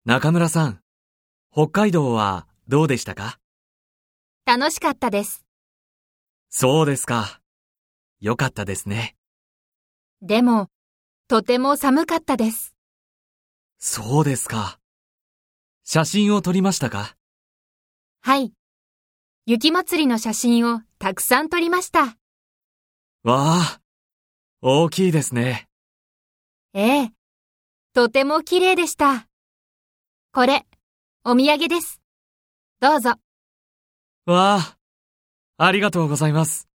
中村さん、北海道はどうでしたか？ 楽しかったです。 そうですか。よかったですね。 でも、とても寒かったです。 そうですか。写真を撮りましたか？ はい。雪祭りの写真をたくさん撮りました。 わあ、大きいですね。 ええ、とても綺麗でした。これ、お土産です。どうぞ。 わあ、ありがとうございます。